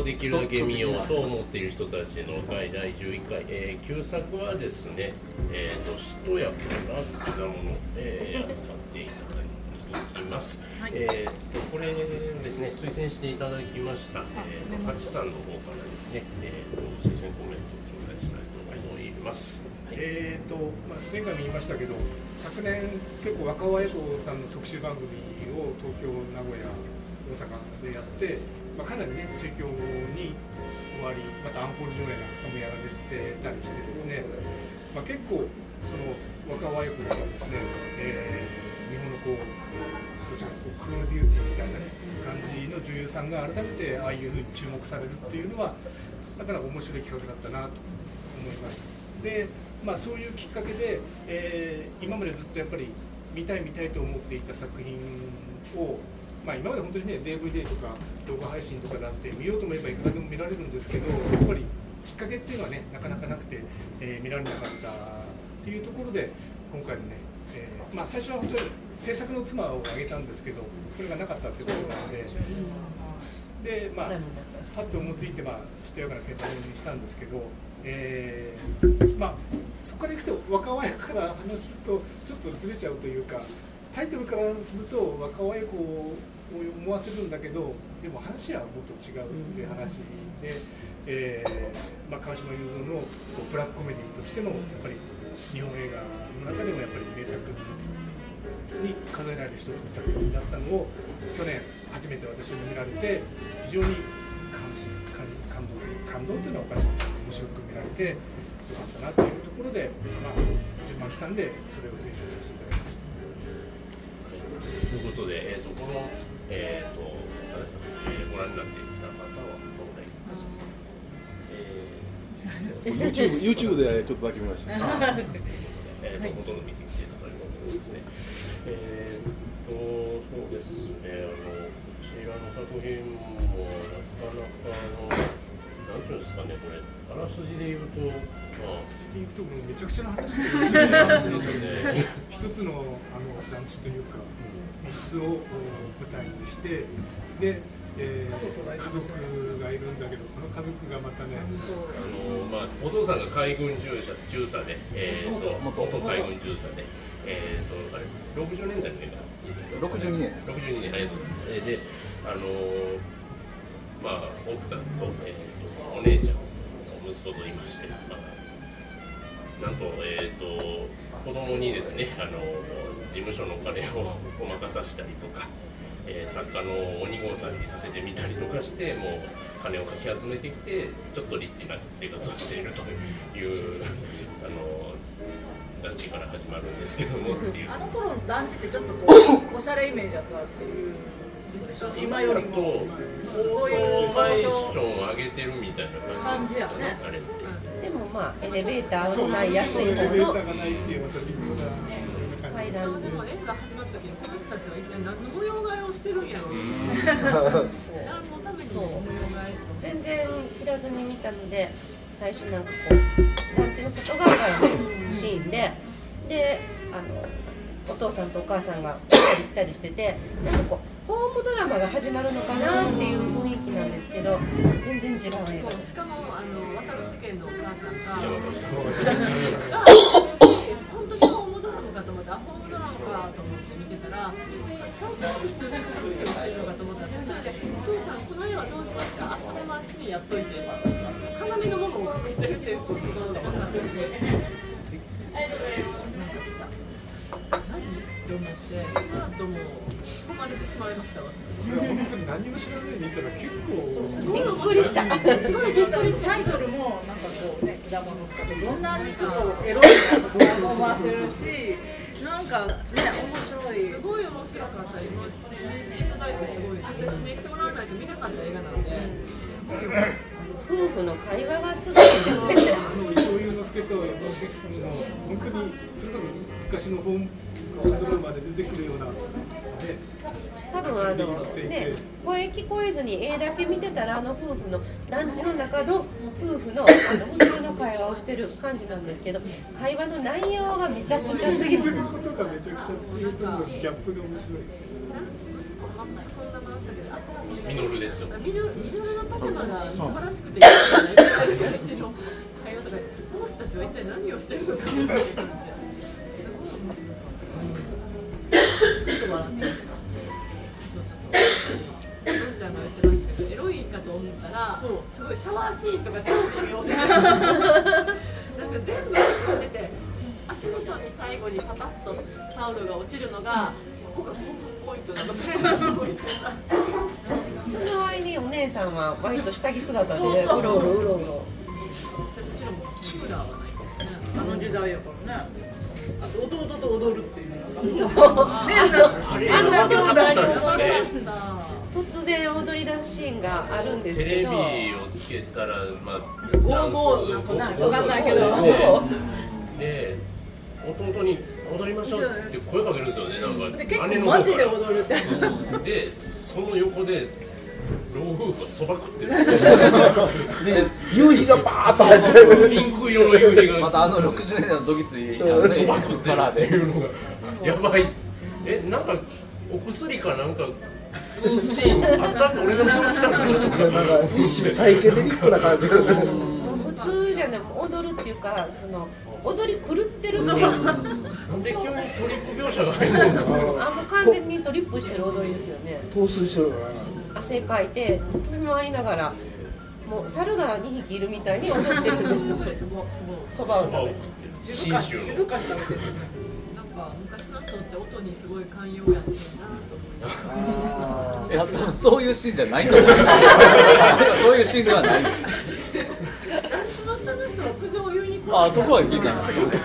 できるだけ見ようと思っている人たちの会第11回、旧作はですね、しとやかな果物、扱っていただきます。はい、これですね、推薦していただきました、ハチさんの方からですね、推薦コメントを頂戴したいと思います。 前回も言いましたけど、昨年結構若尾英子さんの特集番組を東京、名古屋、大阪でやって、かなりね盛況に終わり、またアンコール上映なんかもやられてたりしてですね、結構その若尾英子がですね、日本のどちらかクールビューティーみたいな、感じの女優さんが改めてああいうふうに注目されるっていうのはなかなか面白い企画だったなと思いました。で、そういうきっかけで、今までずっとやっぱり見たいと思っていた作品を、今まで本当にね DVD とか動画配信とかであって見ようと思えばいくらでも見られるんですけど、やっぱりきっかけっていうのはねなかなかなくて、見られなかったっていうところで、今回のね、最初は本当に制作の妻を挙げたんですけど、これがなかったってことなので、パッと思いついてしとやかな決断にしたんですけど、そこからいくと若尾英子から話すとちょっとずれちゃうというか、タイトルからすると若尾英子を思わせるんだけど、でも話はもっと違うっていう話で、川島雄三のブラックコメディとしてのやっぱり日本映画の中でもやっぱり名作に数えられる一つの作品だったのを、去年初めて私も見られて非常に感動っていうのはおかしい、面白く見られてよかったなっていうところで、順番来たんでそれを推薦させていただきました。 ということで、この、ご覧になってきた方はどうで YouTube でちょっとだけ見ました。 ほとんど見てきていただいたと思いますね。そうですね、こちらの作品もなかなかなんていうんですかね、これあらすじで言うと、 めちゃくちゃな話ですね。一つの団地というか密室を舞台にして、で、家族がいるんだけど、この家族がまたね、 お父さんが海軍巡査で、元海軍巡査で、60年代の映画、 62年です。 62年、ありがとうございます。で、奥さんと、お姉ちゃんの息子といまして、なんと、子供にですね、事務所のお金をごまかさせたりとか、作家の鬼郷さんにさせてみたりとかして、もう金をかき集めてきて、ちょっとリッチな生活をしているという団地から始まるんですけども、 あの頃の団地ってちょっとおしゃれイメージだったっていう。今よりも高層マンションを上げてるみたいな感じですかね。あれでもエレベーターのない安い方の階段。 でも映画始まった時に私たちは一体何の模様替えをしてるんやろう。何のために模様替え？ 全然知らずに見たので、最初なんか団地の外側からのシーンで、お父さんとお母さんが来たりしてて、なんかホームドラマが始まるのかなっていう雰囲気なんですけど、全然違う映画です。 しかも渡る世間のお母さんが本当にホームドラマかと思って、ホームドラマかと思って見てたら、最初は普通に片付けをしてるのかと思ったら、途中でお父さんこの絵はどうしますか、あそこもあっちにやっといて、要のものを隠してるっていうところが分かってて。でもその後も込まれてしまいましたわ。 これは本当に何も知らないで見たら結構びっくりした。 すごいびっくりした。タイトルもなんか果物とかでどんなにちょっとエロいなと思わせるし、なんかね面白い。 すごい面白かったり、もう見ていただいてすごい。私見してもらわないと見なかった映画なので。 夫婦の会話がすごいですね。 伊藤祐之介と山口さんの本当にそれこそ昔のホームドラマで出てくるような、 多分ね、声聞こえずに絵だけ見てたら、夫婦の団地の中の夫婦の普通の会話をしてる感じなんですけど、会話の内容がめちゃくちゃすぎる。 ことがめちゃくちゃっていうとギャップで面白い。 息こんな回したけど、 ミノルですよ。 ミノルのパジャマが素晴らしくて、うちの会話とか、この人たちは一体何をしてるのかってすごい。ちょっと笑ってました。のんちゃんが言ってましたけど、エロいかと思ったら、すごいシャワーシーンとか超微妙で、なんか全部してて、足元に最後にパタッとタオルが落ちるのが、ここが興奮ポイントなの。 その割にお姉さんは割と下着姿でうろうろうろうろ。 もちろんクーラーはないですね。 あの時代やからね。あと弟と踊るっていうのが。 あんな兄弟ですね。 突然踊り出すシーンがあるんですテレけど。 ビをつけたらまあゴーゴーなんかな、わかんないけど。 で弟に踊りましょうって声かけるんですよね。なんかで結構マジで踊るって。 でその横で老夫婦がそば食ってる。 で夕日がバーッと入ってる。 ピンク色の夕日がまたあの60年代のどぎついそば食ってるっていうのがやばい。なんかお薬かなんか吸うシーンあったって俺が見ましたからとか。 なんか一種サイケデリックな感じ。 普通じゃない、踊るっていうか、その踊り狂ってるっていう。 なんで急にトリップ描写が入るのか。 もう完全にトリップしてる踊りですよね。 陶酔してるから。 汗かいて飛び回りながら、もう猿が2匹いるみたいに踊ってるんですよ。そばを食べて。 信州の。 静かに食べてる。 なんか昔の人って音にすごい寛容やってんなと思います。 いや、多分そういうシーンじゃないと思うんですよ。そういうシーンではないです。 団地の下の人は苦情を言いに来る。 あそこは聞いてましたけどね。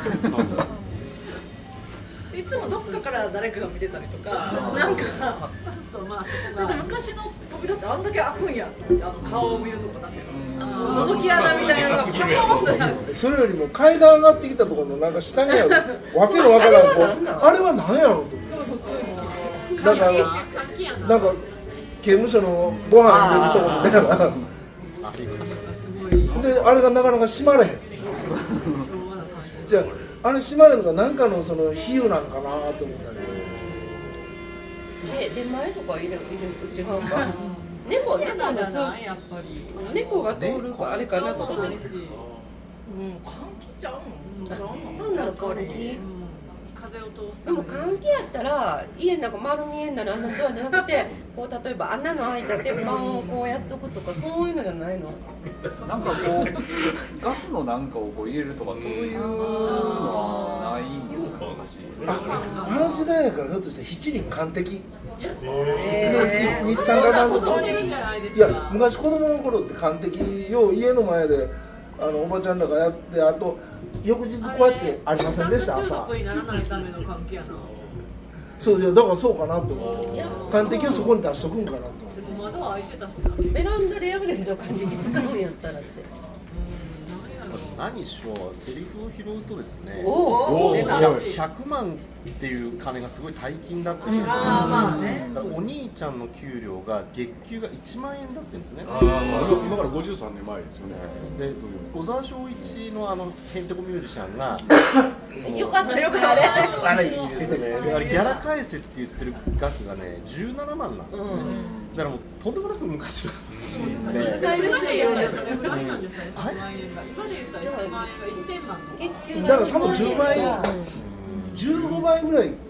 いつもどっかから誰かが見てたりとか、なんかちょっとまあそこがちょっと昔の扉ってあんだけ開くんや、顔を見るとこなんていうの、覗き穴みたいなのがパコーンと。 それよりも階段上がってきたところのなんか下にあるわけのわからんこうあれは何やろうと思う。だからなんか刑務所のご飯入れるとこみたいな。であれがなかなか閉まれへん。じゃああれ閉まるのが何かのその比喩なんかなと思ったけど。 出前とか入れると違うか。猫が通るかあれかなとか。 換気ちゃうの？ 単なる換気。 風を通す。 でも換気やったら家の中丸見えんならあんなドアじゃなくて、こう例えば穴の開いた鉄板をこうやっとくとかそういうのじゃないの？ なんかこうガスのなんかをこう入れるとかそういうのはないんですか昔。 あの時代やからひょっとして七輪完璧。日産がなんかいや昔子供の頃って完璧よう家の前でおばちゃんらがやって、あと翌日こうやってありませんでした朝。そういやだからそうかなと思って。完璧をそこに出しとくんかなと思って。 窓は開いてたしな。 ベランダでやるでしょ、完璧使うんやったらって。 何しろセリフを拾うとですね、 お 100万っていう金がすごい大金だったんですよ。 まあね。 お兄ちゃんの給料が月給が1万円だって言うんですね。 今から53年前ですよね。 で小沢昭一のヘンテコミュージシャンがよかったよかったあれギャラ返せって言ってる額がね17万なんですよね。だからもうとんでもなく昔は 1回ですよ。 だから多分10倍15倍ぐらい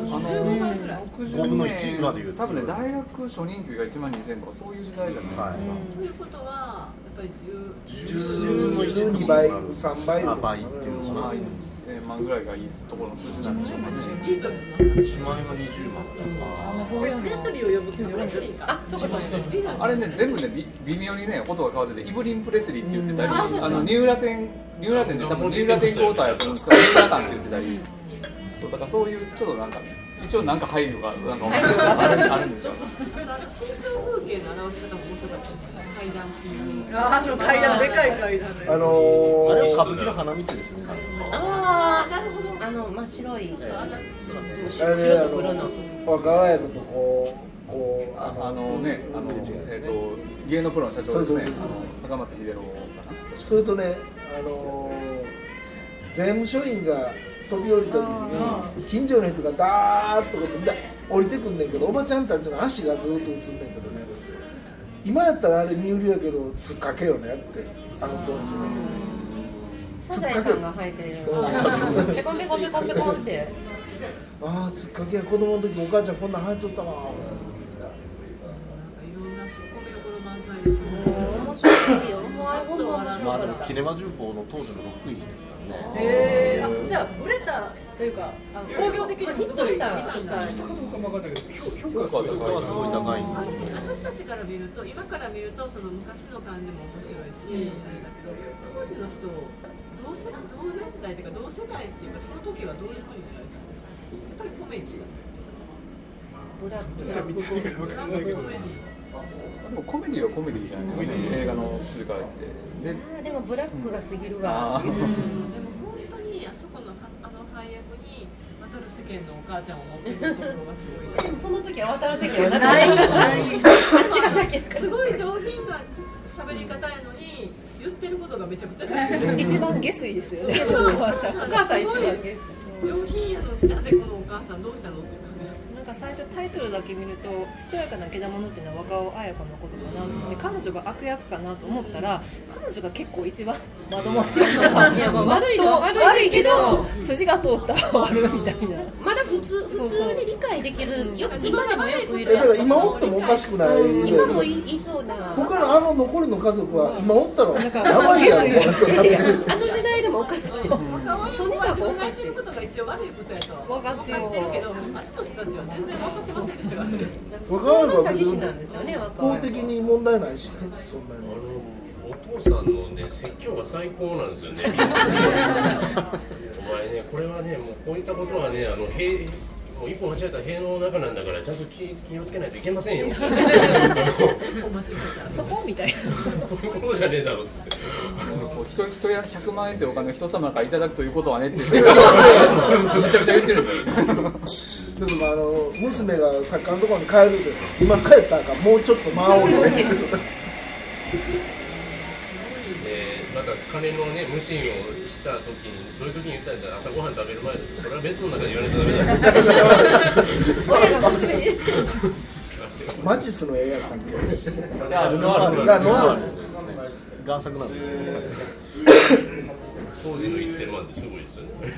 5分の1まで言うと多分ね大学初任給が1万2000とかそういう時代じゃないですか。 ということはやっぱり 12倍3倍とかっていうのかな。 1000万ぐらいがいいところの数字なんでしょうかね。 1万円が20万プレスリーを呼ぶ気持ち。 あ、そうかそうかそうか。 あれね全部ね微妙にね音が変わっててイブリン・プレスリーって言ってたり、ニューラテンって多分ニューラテンクォーターやと思うんですけどニューラタンって言ってたり、そうだからそういうちょっとなんか一応なんか配慮があるんですよ。 真相風景の表し方も面白かったですね。階段っていう。 あの階段でかい階段ね。 あれは歌舞伎の花道ですね。 ああ、なるほど。真っ白い。 あれで若林君とこう芸能プロの社長ですね。高松秀郎かな。 それとね税務署員が飛び降りた時に近所の人がダーッとこう降りてくんねんけど、おばちゃんたちの足がずっと映んねんけどね、今やったらあれ見売りやけどつっかけよねって、あの当時のサザエさんが履いてるペコンペコンペコンペコンって、 ああつっかけや、子供の時お母ちゃんこんなん履いとったわ。 いろんなツッコミどころ満載ですね。 面白いよ、もうあれ本当面白かった。 キネマ旬報の当時の6位ですからね。 じゃあ売れたというか工業的にヒットしたかどうかも分かんないけど評価はすごい評価はすごい高いんです。 私たちから見ると、今から見るとその昔の感じも面白いし、あれだけど当時の人同年代というか同世代っていうか、その時はどういうふうに見られたんですか。やっぱりコメディだったんですか。 ブラック見てないから分かんないけど、 コメディでもコメディはコメディじゃないですか、映画の作りから言って。 でもブラックが過ぎるわ。 でも本当にあそこの配役に渡る世間のお母ちゃんを持ってるところがすごい。 でもその時は渡る席はない。あっちが先やから。 すごい上品な喋り方やのに言ってることがめちゃくちゃ上品。 一番下水ですよね。 お母さん一番ゲス。 上品やのになぜこのお母さんどうしたのっていう感じ。 なんか最初タイトルだけ見ると「しとやかなけだもの」っていうのは若尾彩子のことかなと思って、彼女が悪役かなと思ったら、彼女が結構一番まともっていうか、 いや、まあ悪いのは悪いけど筋が通ったら悪いみたいな。 まだ普通に理解できる。よく今でもよくいる。 だから今おってもおかしくない、 今もいそうな。 他のあの残りの家族は今おったらやばいやん、この人だってあの時代でもおかしい。 若尾彩子は自分がやってることが一応悪いことやと分かってる分かってるけど、あの人たちは全然分かってませんでしたからね。 普通の詐欺師なんですよね、 法的に問題ないし、そんなに。 お父さんのね説教が最高なんですよね。お前ね、これはね、もうこういったことはね、もう一歩間違えたら塀の中なんだからちゃんと気をつけないといけませんよ。 そこみたいな。 そういうことじゃねえだろうって。 人や100万円ってお金を人様からいただくということはねってめちゃくちゃ言ってるんですよ。 でも娘が作家のところに帰るで、今帰ったらもうちょっと間を置いて。 また金のね無心をした時にどういう時に言ったんだ、朝ごはん食べる前だと、それはベッドの中で言われたらダメだ。 マチスの絵やったっけ？ いや、ノアール贋作なんで。 当時の1000万ってすごいですよね。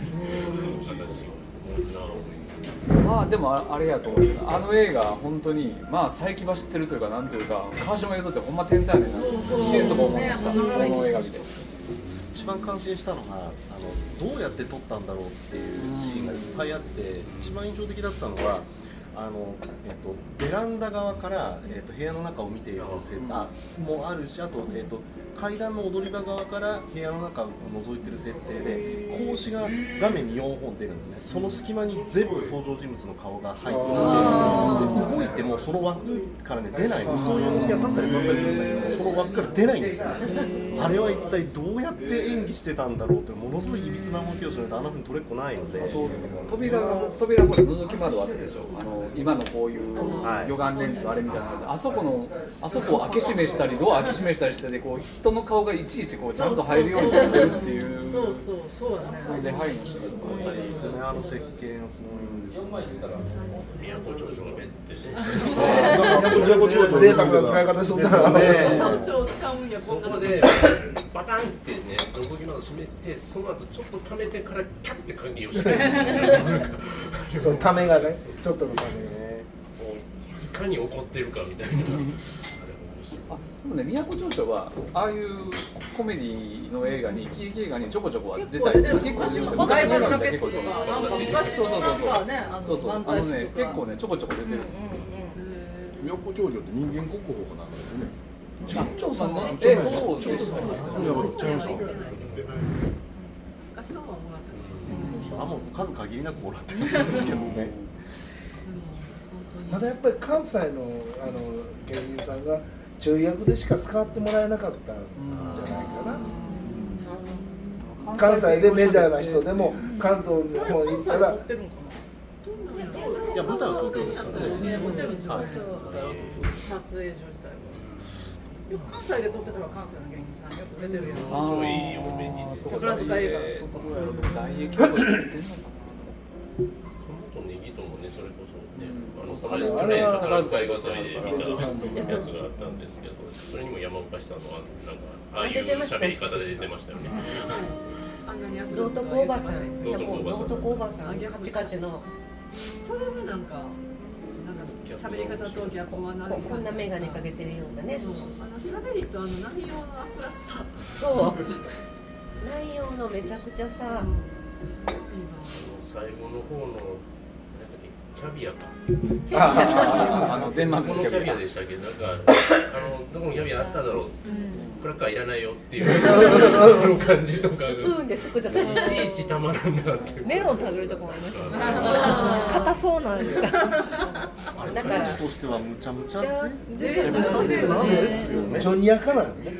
まあでもあれやと思うけど、あの映画本当にまあ再起走ってるというか、なんていうか、川島映像ってほんま天才やねんな。心底思いました。この映画見て。 一番感心したのがどうやって撮ったんだろうっていうシーンがいっぱいあって、一番印象的だったのはベランダ側から、部屋の中を見ている設定もあるし、あと、階段の踊り場側から部屋の中を覗いてる設定で、格子が画面に4本出るんですね。その隙間に全部登場人物の顔が入っていて、で動いてもその枠からね出ないの。伊藤洋之介が立ったり座ったりするんだけど、その枠から出ないんですよ。あれは一体どうやって演技してたんだろうって、ものすごいいびつな動きをするとあんな風に取れっこないので。 扉これ覗き窓あるでしょ。今のこういう魚眼レンズあれみたいなので、あそこを開け閉めしたりドア開け閉めしたりして、こう人の顔がいちいちこうちゃんと入るようにするっていう。 そうだね。 それで入るのしてる。 ですね、あの設計がすごいんですよ。 宮古町長がベッてして贅沢な使い方しとったからね。 そこでバタンってね、どこぎ窓閉めて、その後ちょっと溜めてからキャッて鍵をして、 そのためがね、ちょっとのためね。 いかに怒ってるかみたいな。 でもね、宮古町長はああいうコメディの映画に、喜劇映画にちょこちょこは出たり、結構昔のガイバルラケットとか、なんか昔そうのなんかね、漫才師とか結構ねちょこちょこ出てるんですよ。 宮古町長って人間国宝かなんかですね。 町長さんのそうでしたね。 ちゃいました。 もう数限りなくもらってるんですけどね。 まだやっぱり関西の芸人さんがちょい役でしか使ってもらえなかったんじゃないかな。関西でメジャーな人でも関東の方に行ったら、 いや舞台は東京ですからね。 撮影所自体は。関西で撮ってたら関西の芸人さんよく出てるよ。 ちょい多めに。 宝塚映画とか。 大駅とか出てんのかな。 ね、 ネギともね、それこそね、 あれは宝塚映画祭で見たやつがあったんですけど、それにも山岡さんのなんかああいう喋り方で出てましたよね。 道徳おばさん、いやもう道徳おばさん、カチカチの。 それはなんか喋り方とギャップは何？ こんな眼鏡かけてるようなね。 喋りと内容の悪辣さ。 そう。内容のめちゃくちゃさ。 最後の方のキャビアか。 デンマークのキャビアでしたけど、なんかどこのキャビアあっただろう。クラッカーいらないよっていう感じとか。 スプーンですくったさ。 いちいちたまらんなって。 メロン食べるとこもありましたね。硬そうなんですか。 だからとしてはむちゃむちゃ熱い。 ジョニアカラーね。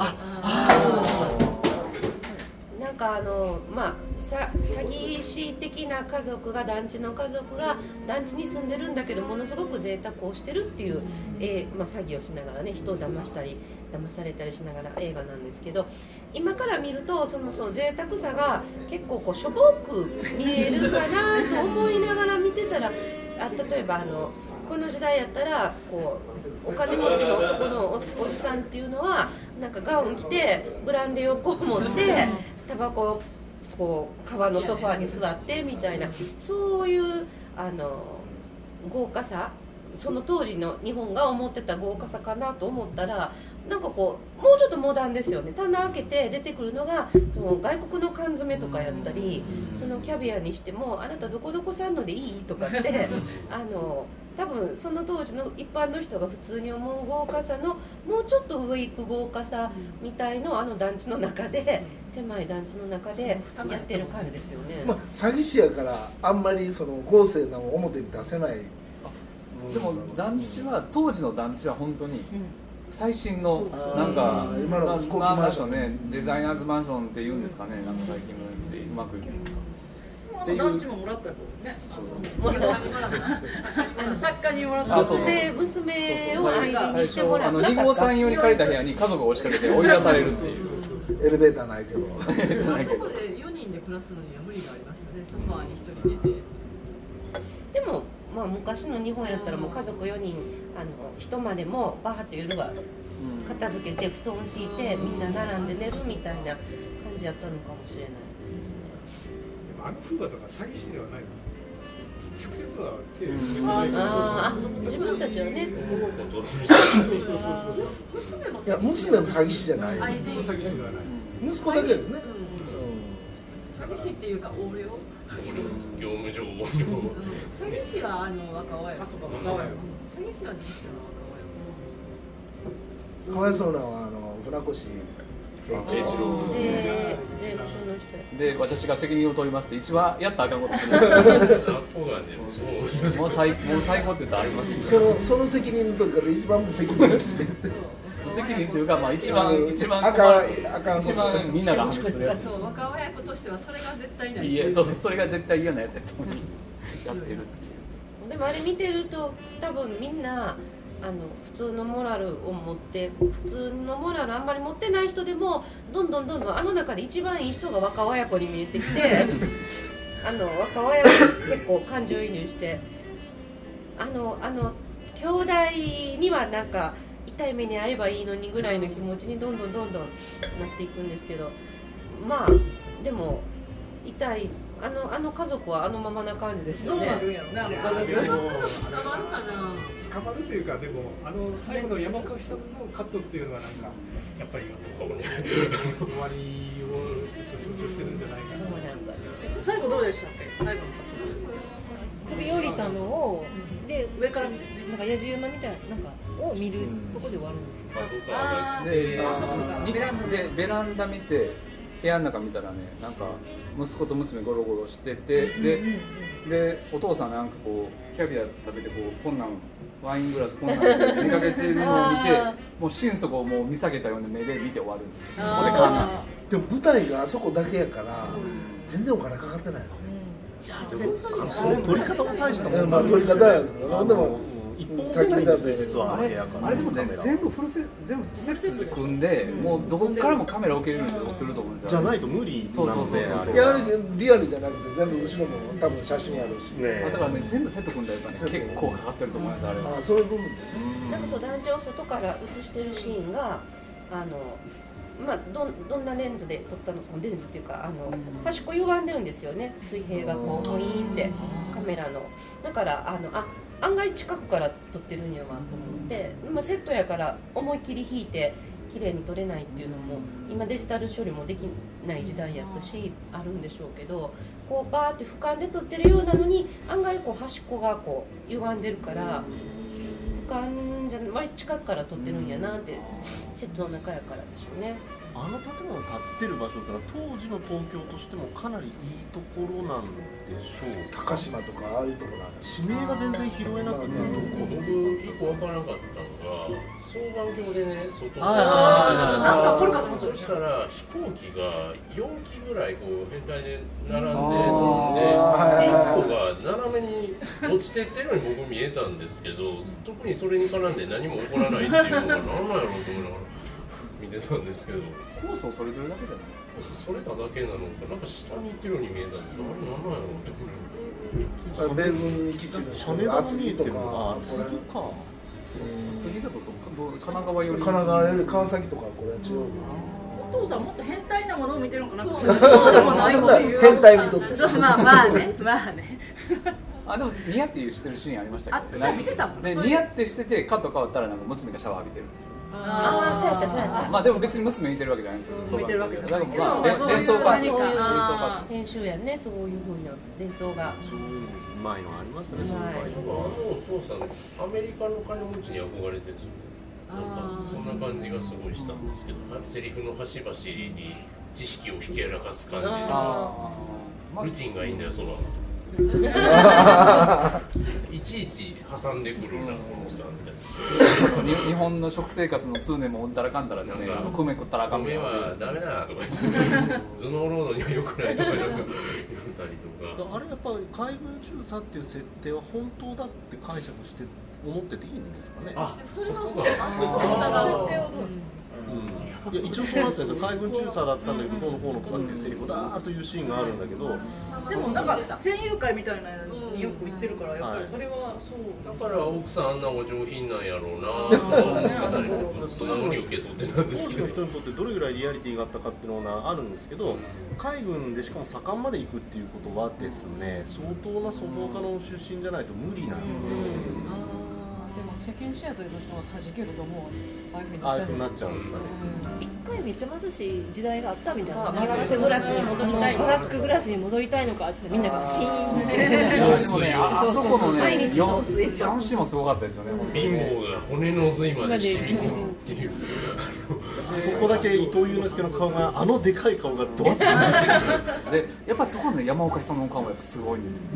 なんかまあ詐欺師的な家族が団地の家族が団地に住んでるんだけどものすごく贅沢をしてるっていう、まあ、詐欺をしながらね人を騙したり騙されたりしながら映画なんですけど、今から見るとその贅沢さが結構こうしょぼく見えるかなと思いながら見てたら、例えばこの時代やったらこうお金持ちの男の おじさんっていうのはなんかガウン着てブランデーをこう持ってタバコをこう革のソファーに座ってみたいな、そういう豪華さ、その当時の日本が思ってた豪華さかなと思ったら、なんかこうもうちょっとモダンですよね。棚開けて出てくるのがその外国の缶詰とかやったり、そのキャビアにしてもあなたどこどこ産のでいいとかって多分その当時の一般の人が普通に思う豪華さのもうちょっと上行く豪華さみたいの団地の中で、狭い団地の中でやってる感じですよね。 まあ詐欺師やからあんまりその豪勢なのを表に出せない。 でも団地は当時の団地は本当に最新のなんか今の飛行機マンションね、デザイナーズマンションっていうんですかね、なんか最近のでうまくいく。 団地ももらったよね。作家にもらった。 娘を愛人にしてもらった。 2号さん用に借りた部屋に家族が押しかけて追い出されるっていう。 エレベーターないけど。 そこで4人で暮らすのには無理がありましたね。ソファーに1人寝て。 でもまあ昔の日本やったらもう家族4人人までもバーッと夜は片付けて布団敷いてみんな並んで寝るみたいな感じやったのかもしれない。 風雅とか詐欺師ではないです。直接は手をつけない。 自分たちはね。 いや娘も詐欺師じゃない。 詐欺師ではない。 息子だけですね。 詐欺師っていうか横領。 業務上横領。 詐欺師は若親。あ、そうか若親。詐欺師は実は若親。 かわいそうな船越。 税務署の人で私が責任を取りますって一番やったらあかんことです。もう最高って言ったらあります。 その責任の取り方一番無責任ですね。 無責任っていうかまあ一番みんなが話するやつ。 若親子としてはそれが絶対ない。 いやそれが絶対嫌なやつやと思いやってる。 でもあれ見てると多分みんな。普通のモラルを持って普通のモラルあんまり持ってない人でもどんどん中で一番いい人が若親子に見えてきて若親子結構感情移入して兄弟にはなんか痛い目に遭えばいいのにぐらいの気持ちにどんどんなっていくんですけど、まあでも痛いあの家族はままな感じですよね。 どうなるんやろね、家族。 捕まるかな。 捕まるというか、でも最後の山川さんのカットっていうのはなんかやっぱり終わりを一つ象徴してるんじゃないかな。 そうなんだ。 最後どうでしたっけ？最後の飛び降りたのをで上からなんか野じ馬みたいななんかを見るところで終わるんですよ。 でベランダ見て。部屋の中見たらね、なんか息子と娘ゴロゴロしてて、でお父さんなんかこうキャビア食べてこんなんワイングラスこんなん見かけてるのを見てもう心底もう見下げたような目で見て終わるんですよ。そこで勘なんですよ。 でも舞台があそこだけやから全然お金かかってないのね。 その撮り方も大したもん。 まあ撮り方やけど、でも一本出ないんですね実はあれでもね全部セットで組んで、もうどこからもカメラ置けるようにして撮ってると思うんですよ。 じゃないと無理なので、 いやあれリアルじゃなくて全部後ろも多分写真あるし、 だからね全部セット組んだやつはね結構かかってると思います。あれはそういう部分なんかそう団地を外から映してるシーンがまあ、どんなレンズで撮ったのか、レンズっていうか端っこ歪んでるんですよね、水平がこうウィーンってカメラの。だから案外近くから撮ってるんやわと思って、まあ、セットやから思いっきり引いて綺麗に撮れないっていうのも今デジタル処理もできない時代やったしあるんでしょうけど、こうバーって俯瞰で撮ってるようなのに案外こう端っこがこう歪んでるから俯瞰じゃ割近くから撮ってるんやなってセットの中やからでしょうね。 あの建物建ってる場所ってのは当時の東京としてもかなりいいところなんでしょう。 高島とかああいうところなんです。 地名が全然拾えなくて、 僕一個分からなかったのが双眼鏡でね外にそしたら飛行機が4機ぐらいこう変態で並んで飛んで1個が斜めに落ちてってるように僕見えたんですけど、特にそれに絡んで何も起こらないっていうのが何なんやろうと思いながら見てたんですけど、 コースをそれてるだけじゃない？ コースそれただけなのか、なんか下に行ってるように見えたんですけど、あれ何なんやろうと思いながら。 米軍基地の厚木とか厚木か次だと神奈川より川崎とかこれは違う。 お父さんもっと変態なものを見てるのかなと思って、そうでもないっていう。 変態見とって。 まあね。 でもニヤってしてるシーンありましたけど、 じゃあ見てたもん。 でニヤってしててカット変わったらなんか娘がシャワー浴びてるんですよ。 そうやったまあでも別に娘見てるわけじゃないんですよ。 見てるわけじゃないけど、 連想が編集やね、そういう風な連想がそういうのうまいのありますね。 お父さんアメリカの金持ちに憧れてるんですよ。なんかそんな感じがすごいしたんですけど、セリフの端々に知識をひけらかす感じで、ルチンがいいんだよそば。いちいち挟んでくるなこのさみたいな。 日本の食生活の通念もうんたらかんたらでね、米食ったらあかん米はダメだとか言って頭脳労働には良くないとかなんか言ったりとか。 あれやっぱり海軍中佐っていう設定は本当だって解釈して思ってていいんですかね。 そこが設定はどうですか。 いや一応そうなんですよ。海軍中佐だったんだけどどうのこうのとかっていうセリフをダーッというシーンがあるんだけど、 でもなんか戦友会みたいなのによく行ってるからやっぱりそれはそうだから奥さんあんなお上品なんやろうなと思ったりとか、そんなのに受け取ってたんですけど、 当時の人にとってどれぐらいリアリティがあったかっていうのがあるんですけど、海軍でしかも左官まで行くっていうことはですね、相当な粗暴家の出身じゃないと無理なんで。 でも世間知らずの人が弾けるともうああいうふうになっちゃうんですかね。 一回めっちゃ貧しい時代があったみたいな。 バランス暮らしに戻りたい。 バラック暮らしに戻りたいのかってみんながシーンって。 でもね、あそこのね、 毎日増水。 4シーンもすごかったですよね。 貧乏が骨の髄まで染み込むっていう。 そこだけ伊藤祐之介の顔があのでかい顔がドワッと。 で、やっぱりそこのね山岡久の顔もやっぱすごいんですよ。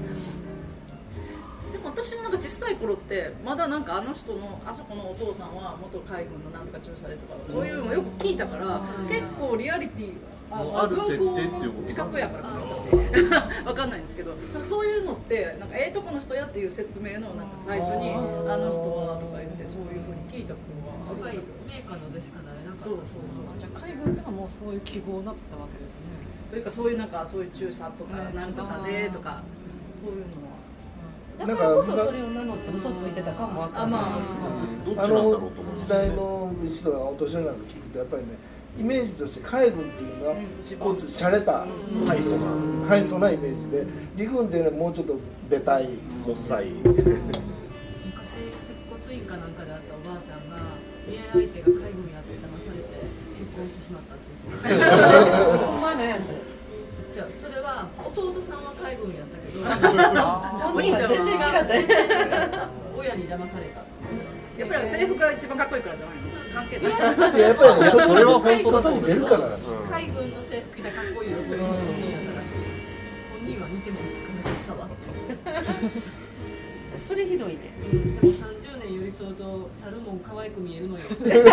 私もなんか小さい頃ってまだなんかあの人のあそこのお父さんは元海軍のなんとか中佐でとかそういうのもよく聞いたから結構リアリティある設定っていうこと近くやから私わかんないんですけど、なんかそういうのってなんかとこの人やっていう説明のなんか最初にあの人はとか言ってそういう風に聞いたことがある。 メーカーのでしかなれなかった。 そうじゃあ海軍ではもうそういう記号になったわけですね。 というかそういうなんかそういう中佐とかなんとかでとかそういうのは。 だからこそそれを名乗って嘘ついてたかもわかんない。 どっちなんだろうと思う。 時代の人がお年寄りなんか聞くとやっぱりね、イメージとして海軍っていうのはこう洒落たハイソなイメージで、陸軍っていうのはもうちょっとベタいもっさい。 昔接骨院かなんかであったおばあちゃんが恋愛相手が海軍やって騙されて結婚してしまったっていう。 ほんまね。 それは弟さんは海軍やったけど本人は全然違った親に騙された。 やっぱり制服が一番かっこいいからじゃないの？関係ない。 やっぱりそれは本当外に出るからなんですよ。 海軍の制服でかっこいいよこういう写真やったらしい。本人は見てもつかなかったわ。 それひどいね。 でも30年寄り添うとサルモン可愛く見えるのよ。っていう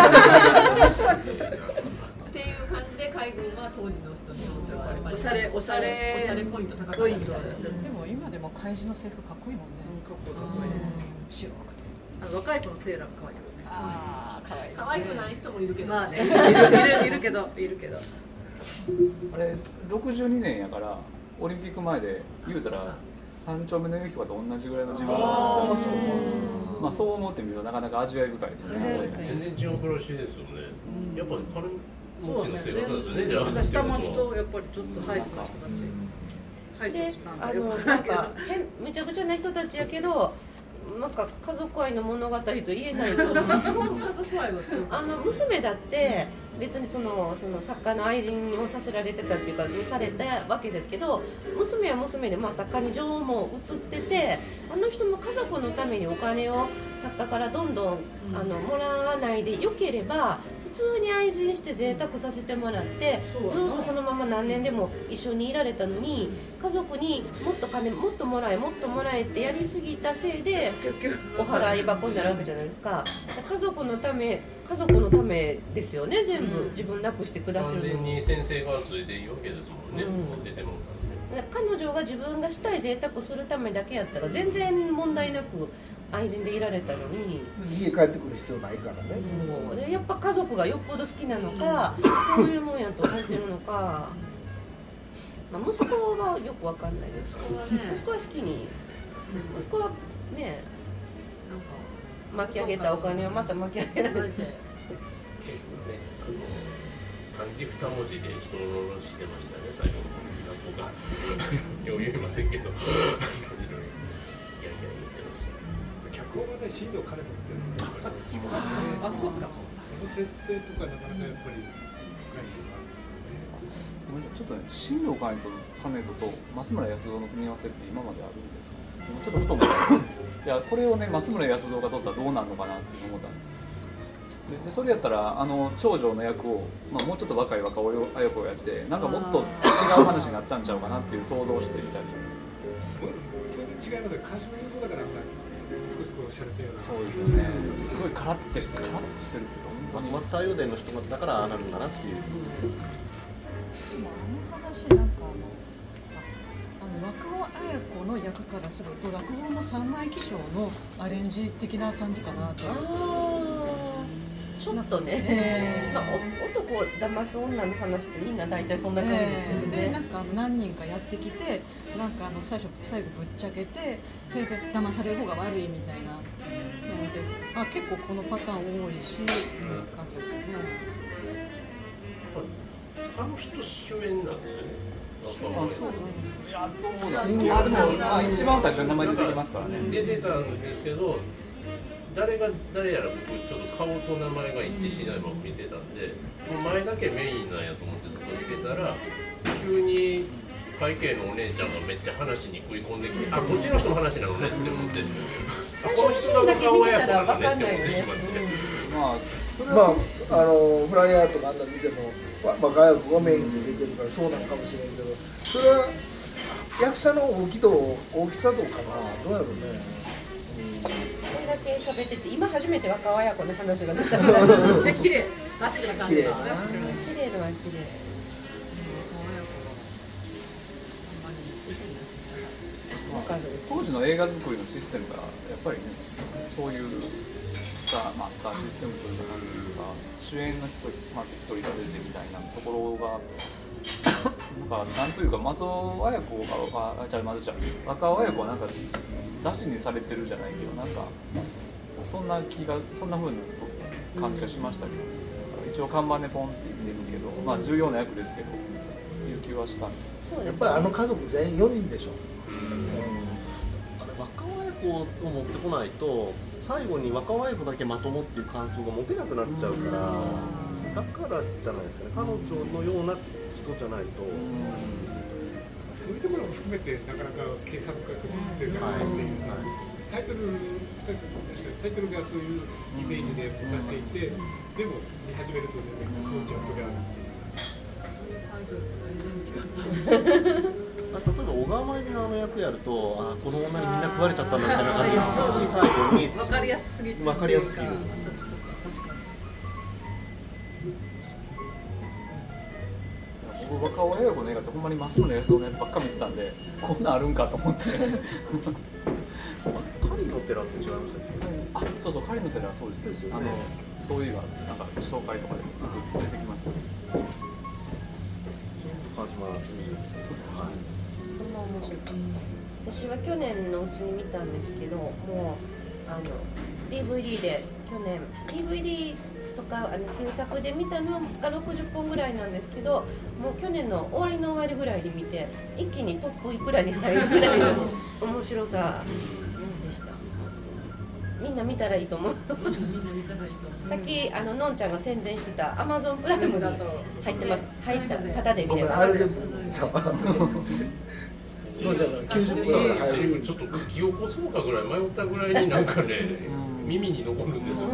感じで海軍は当時の人にとってはおしゃれポイント高かったみたいです。 でも今でも海事の制服かっこいいもんね。 かっこいい。 白くて。 若い子のセーラー可愛いよね。 ああ可愛いですね。 可愛くない人もいるけど。 まあね、いるけど。 あれ62年やからオリンピック前で言うたら3丁目の夕日とかと同じぐらいの自分の話なんですけど、まあそう思ってみるとなかなか味わい深いですね。 全然違う暮らしですよね。やっぱ金持ちの生活ですよね。じゃあ下町とやっぱりちょっとハイソな人たち。 で、なんかめちゃくちゃな人たちやけど。なんか家族愛の物語と言えないと娘だって別にその作家の愛人をさせられてたっていうかにされたわけだけど、娘は娘で、まあ、作家に情も移ってて、あの人も家族のためにお金を作家からどんどんもらわないでよければ普通に愛人して贅沢させてもらってずっとそのまま何年でも一緒にいられたのに、家族にもっと金もっともらえってやりすぎたせいでお払い箱になるわけじゃないですか。家族のためですよね、全部自分なくしてくださるのに。 完全に先生がついていいわけですもんね、出ても。 彼女が自分がしたい贅沢するためだけやったら全然問題なく愛人でいられたのに、 家帰ってくる必要ないからね。 そうでやっぱ家族がよっぽど好きなのか、そういうもんやと思ってるのか、まあ、息子がよくわかんないです。息子は好きに、息子はね巻き上げたお金をまた巻き上げられて漢字2文字で人を殺してましたね、最後の何個かよう言えませんけど脚本がね、新藤兼人っていうのがあ、そうか。 この設定とかなかなかやっぱり深いとかごめんなさい、ちょっとね、新藤兼人と増村康造の組み合わせって今まであるんですか？ちょっとふと思っていや、これをね、増村康造が撮ったらどうなるのかなって思ったんです。でそれやったら長女の役を、まあ、もうちょっと若い若尾綾子をやってなんかもっと違う話になったんちゃうかなっていう想像をしてみたり。 当然違いますよ、川島映像だから少しこうしゃれてるような。 そうですよね、すごいカラッてしてるっていうか、本当に松田洋伝の人だからああなるんだなっていう。 今話なんか若尾綾子の役からすると落語の三枚起請のアレンジ的な感じかなと。 ちょっとね、まあ、男を騙す女の話ってみんな大体そんな感じですけどね。 でなんか何人かやってきて、なんか最後ぶっちゃけて、それで騙される方が悪いみたいなので、結構このパターン多いし、っていう感じですよね。 あの人主演なんですよね。 いや、どうなんですか。でも、一番最初に名前出てきますからね。 出てたんですけど、誰が誰やら僕ちょっと顔と名前が一致しないまま見てたんで、もう前だけメインなんやと思ってずっと見てたら、急に会計のお姉ちゃんがめっちゃ話に食い込んできて、こっちの人の話なのねって思って、 最初のシーンだけ見てたら分かんないよね。 フライヤーとかあんな見ても若い子がメインで出てるからそうなのかもしれんけど、それは役者の大きさどうかな、どうやろうね。 これだけ喋ってて、今初めて若尾綾子の話が出た。 綺麗、確かに綺麗な綺麗。 当時の映画作りのシステムがやっぱりね、そういうスターシステムというか、なんていうか、主演の人、一人が出てみたいなところがなんというか、松尾綾子が若尾綾子はなんか出しにされてるじゃないけど、なんかそんな風な感じがしましたけど、一応看板でポンって言ってるけど、重要な役ですけどいう気はしたんですけど、 やっぱり家族全員4人でしょ。 若尾綾子を持ってこないと最後に若尾綾子だけまともっていう感想が持てなくなっちゃうから、だからじゃないですかね、彼女のような人じゃないと。 そういうところも含めてなかなか計算深く作ってるかなっていう、タイトルがそういうイメージで出していて、でも見始めるとそういうギャップがあるっていう。 例えば小川真由美が役やると、この女にみんな食われちゃったんだみたいな感じが最後に分かりやすすぎる。 分かりやすすぎる。 確かに。 僕若尾綾子の映画ってほんまに増村康造のやつばっか見てたんで、こんなんあるんかと思って。 カリの寺って違いましたっけ？ あ、そうそう、狩りの寺はそうですよね。そういうのなんか紹介とかで出てきますよね。 川島そうですね。 こんな面白い。私は去年のうちに見たんですけど、もうDVD で去年 DVD とか旧作で見たのが60本ぐらいなんですけど、もう去年の終わりの終わりぐらいで見て一気にトップいくらに入るぐらいの面白さでした。みんな見たらいいと思う。さっきのんちゃんが宣伝してた Amazon プライムだと入ってます。入ったらタダで見れます。 あれでものんちゃんが90分から入り、 ちょっと書き起こそうかぐらい迷ったぐらいになんかね耳に残るんですよ。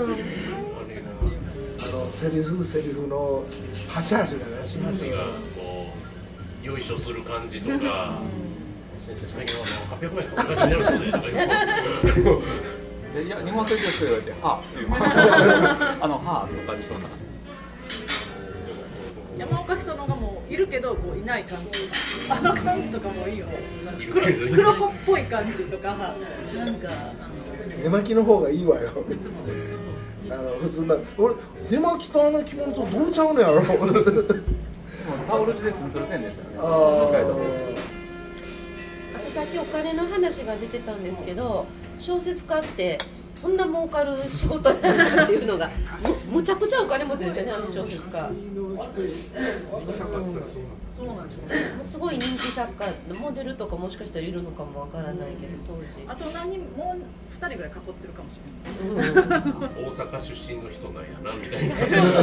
セリフの端々がね、 端々がこうよいしょする感じとか、先生最近は800円かかってやるそうでとか言う。 いや、日本製ですよ言われて、はぁっていうはぁの感じとか。 山岡久乃がもういるけどこういない感じ、あの感じとかもいいよね。黒子っぽい感じとか、なんか寝巻きの方がいいわよ。普通な、俺寝巻きと着物とどうちゃうのやろ。 タオル地でツンツルテンでしたね。 あとさっきお金の話が出てたんですけど、小説家ってそんな儲かる仕事なんだっていうのがむちゃくちゃお金持ちですよね、小説家。そうなんですよね。すごい人気作家、モデルとかもしかしたらいるのかもわからないけど、当時。 あと何人も2人ぐらい囲ってるかもしれない。 大阪出身の人なんやなみたいな。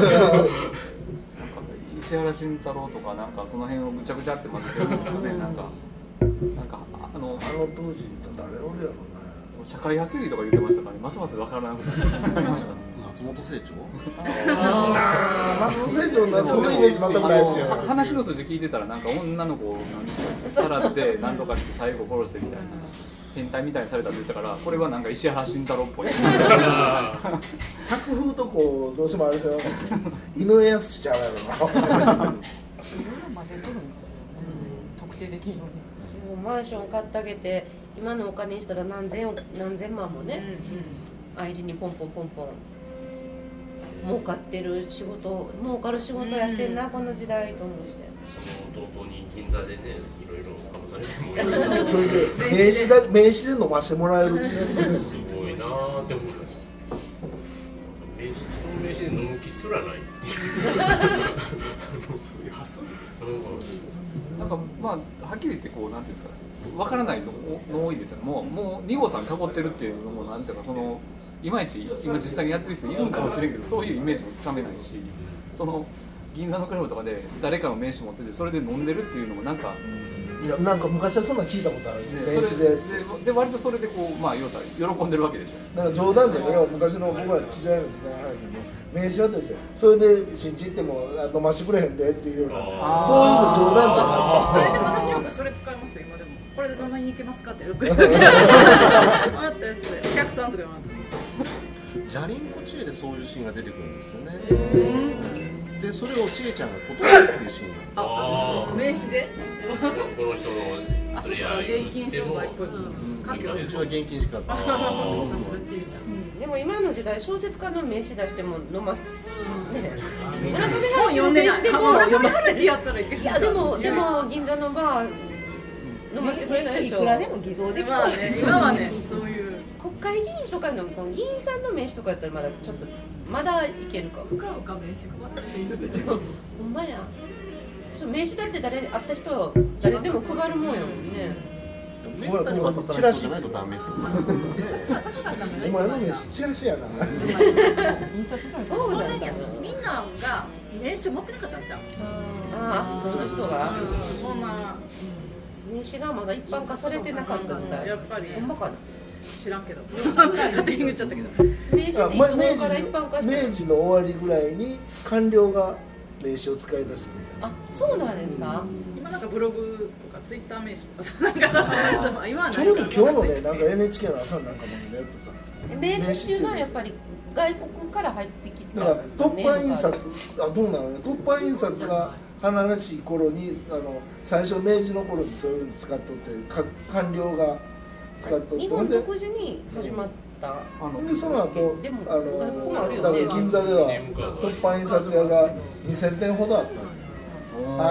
石原慎太郎とかなんかその辺をぐちゃぐちゃって混ぜてるんですよね。なんかあの当時誰おるやろうな。 社会派推理とか言ってましたからね、ますます分からなくなりました。 松本清張？ 松本清張な、そんなイメージ全くないですよ。 話の筋聞いてたらなんか女の子をさらって何とかして最後殺してみたいな変態みたいにされたって言ったから、これはなんか石原慎太郎っぽい。 作風とこうどうしてもあれでしょ。犬やすしちゃうやろな。 特定できるのに。 マンション買ってあげて今のお金にしたら何千万もね、愛人にポンポン儲かってる仕事、儲かる仕事やってんな、この時代と思って。 その弟に銀座でね、いろいろ騙されてもそれで名刺で飲ましてもらえるっていうすごいなーって思いました。名刺で飲む気すらない。そういう発想なんかまあはっきり言ってこうなんていうんですか、分からないの多いですよね。もう2号さん囲ってるっていうのもなんていうか、そのいまいち今実際にやってる人いるんかもしれんけど、そういうイメージもつかめないし、その銀座のクラブとかで誰かの名刺持っててそれで飲んでるっていうのもなんか。 いや、なんか昔はそんな聞いたことある、名刺で。 で割とそれでこうまあ言うたら喜んでるわけでしょ。 だから冗談でね、昔の僕ら父親の時代の話でも名刺渡してそれで信じても飲ましてくれへんでっていうような、そういうの冗談であった。でも私よくそれ使いますよ今でも。これで飲みに行けますかってよく言って。あったやつでお客さんとかジャリンコ知恵でそういうシーンが出てくるんですよね。でそれをちえちゃんが断るっていうシーンが。 名刺で？ この人のそれや現金商売っぽい。 うちは現金しか。 でも今の時代小説家の名刺出しても飲ませて。村上春樹の名刺でも村上春樹やったらいける。 いやでも銀座のバー飲ませてくれないでしょ。 いくらでも偽造できる。 今はねそういう。 国会議員とかの議員さんの名刺とかやったらまだちょっとまだいけるか。 うかうか名刺配られているけど。 ほんまや。名刺だって会った人誰でも配るもんやもんね。 めったに渡さない人じゃないとダメと。 お前の名刺チラシやな。 そうなんだ。みんなが名刺持ってなかったんじゃん。 ああ普通の人が。 そんな名刺がまだ一般化されてなかった時代。 やっぱり。 ほんまかな。 知らんけど勝手に言っちゃったけど名刺っていつから一般化した明治の終わりぐらいに官僚が名刺を使い出してる。あ、そうなんですか。 今なんかブログとかツイッター名刺とかなんかさ今はちょうど今日のねなんか NHK の朝なんかもねやってた名刺っていうのはやっぱり外国から入ってきただから凸版印刷どうなのね、凸版印刷が華々しい頃に最初明治の頃にそういうの使っとって官僚が使っとって、 日本独自に始まった。 でその後でもだから銀座では突版印刷屋が2000点ほどあった。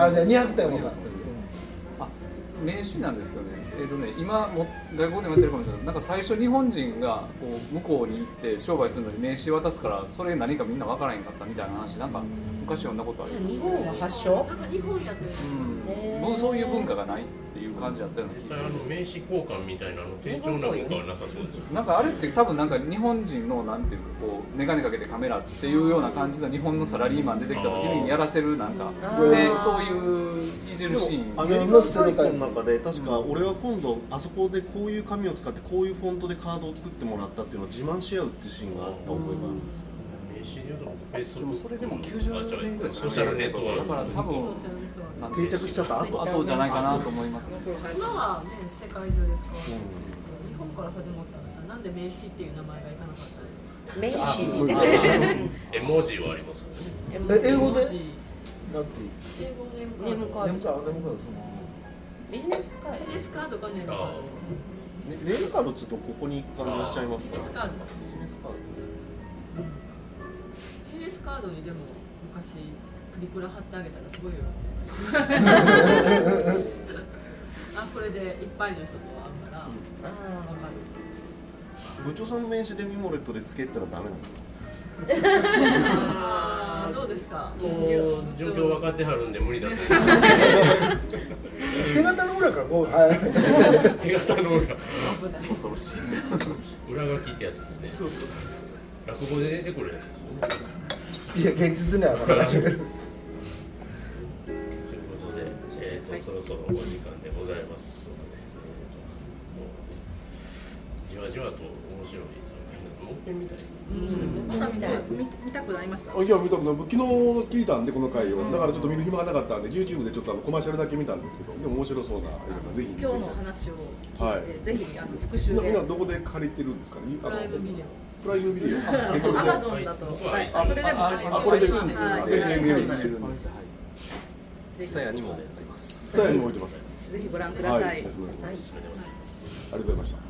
あ、じゃあ200点ほどあった。 名刺なんですけどね、今も外国でもやってるかもしれない。なんか最初日本人がこう向こうに行って商売するのに名刺渡すからそれ何かみんな分からへんかったみたいな話なんか昔読んだことある。 日本が発祥？ なんか日本やってる。 そういう文化がないっていう感じだったような気がする。 名刺交換みたいな低調な文化はなさそうです。 なんかあれって多分なんか日本人のなんていうかこう眼鏡かけてカメラっていうような感じの日本のサラリーマン出てきた時にやらせるなんかでそういういじるシーン。 アメリカサイトの中で確か俺は今度あそこでこういう紙を使ってこういうフォントでカードを作ってもらったっていうのを自慢し合うっていうシーンがあった覚えがあるんです。 でもそれでも90年ぐらいソーシャルネットワークだから多分定着しちゃった後じゃないかなと思います。 今はね世界中ですから、日本から始まったらなんで名刺っていう名前がいかなかった名刺絵文字はありますかね。英語でなんて英語ネームカード。ビジネスカード。 ビジネスカードがネームカード。 ネームカードちょっとここに行く感じがしちゃいますか。 ビジネスカード。 ビジネスカード。 ビジネスカードにでも昔プリクラ貼ってあげたらすごいよ。あ、これでいっぱいの人と会うから分かる。 部長さんの名刺でミモレットでつけたらダメなんですか。 どうですか。 もう状況分かってはるんで無理だと思う。 手形の裏からこう、 手形の裏。 恐ろしい。 裏書きってやつですね。 そうそうそう。 落語で出てくるやつ。 いや現実には分からない。ということで、そろそろお時間でございますので、じわじわと面白い作品です。もう一遍みたいまさみたい見たくなりました。 いや見たくない。昨日聞いたんでこの回を、だからちょっと見る暇がなかったんで YouTube でちょっとコマーシャルだけ見たんですけど、でも面白そうな映画ぜひ見て。 今日の話を聞いて、ぜひ復習で。 みんなどこで借りてるんですかね。 プライムビデオ。 プライムビデオ。 アマゾンだと、それでもこれでツタヤにもあります。 ツタヤにも置いてます。 ぜひご覧ください。 ありがとうございました。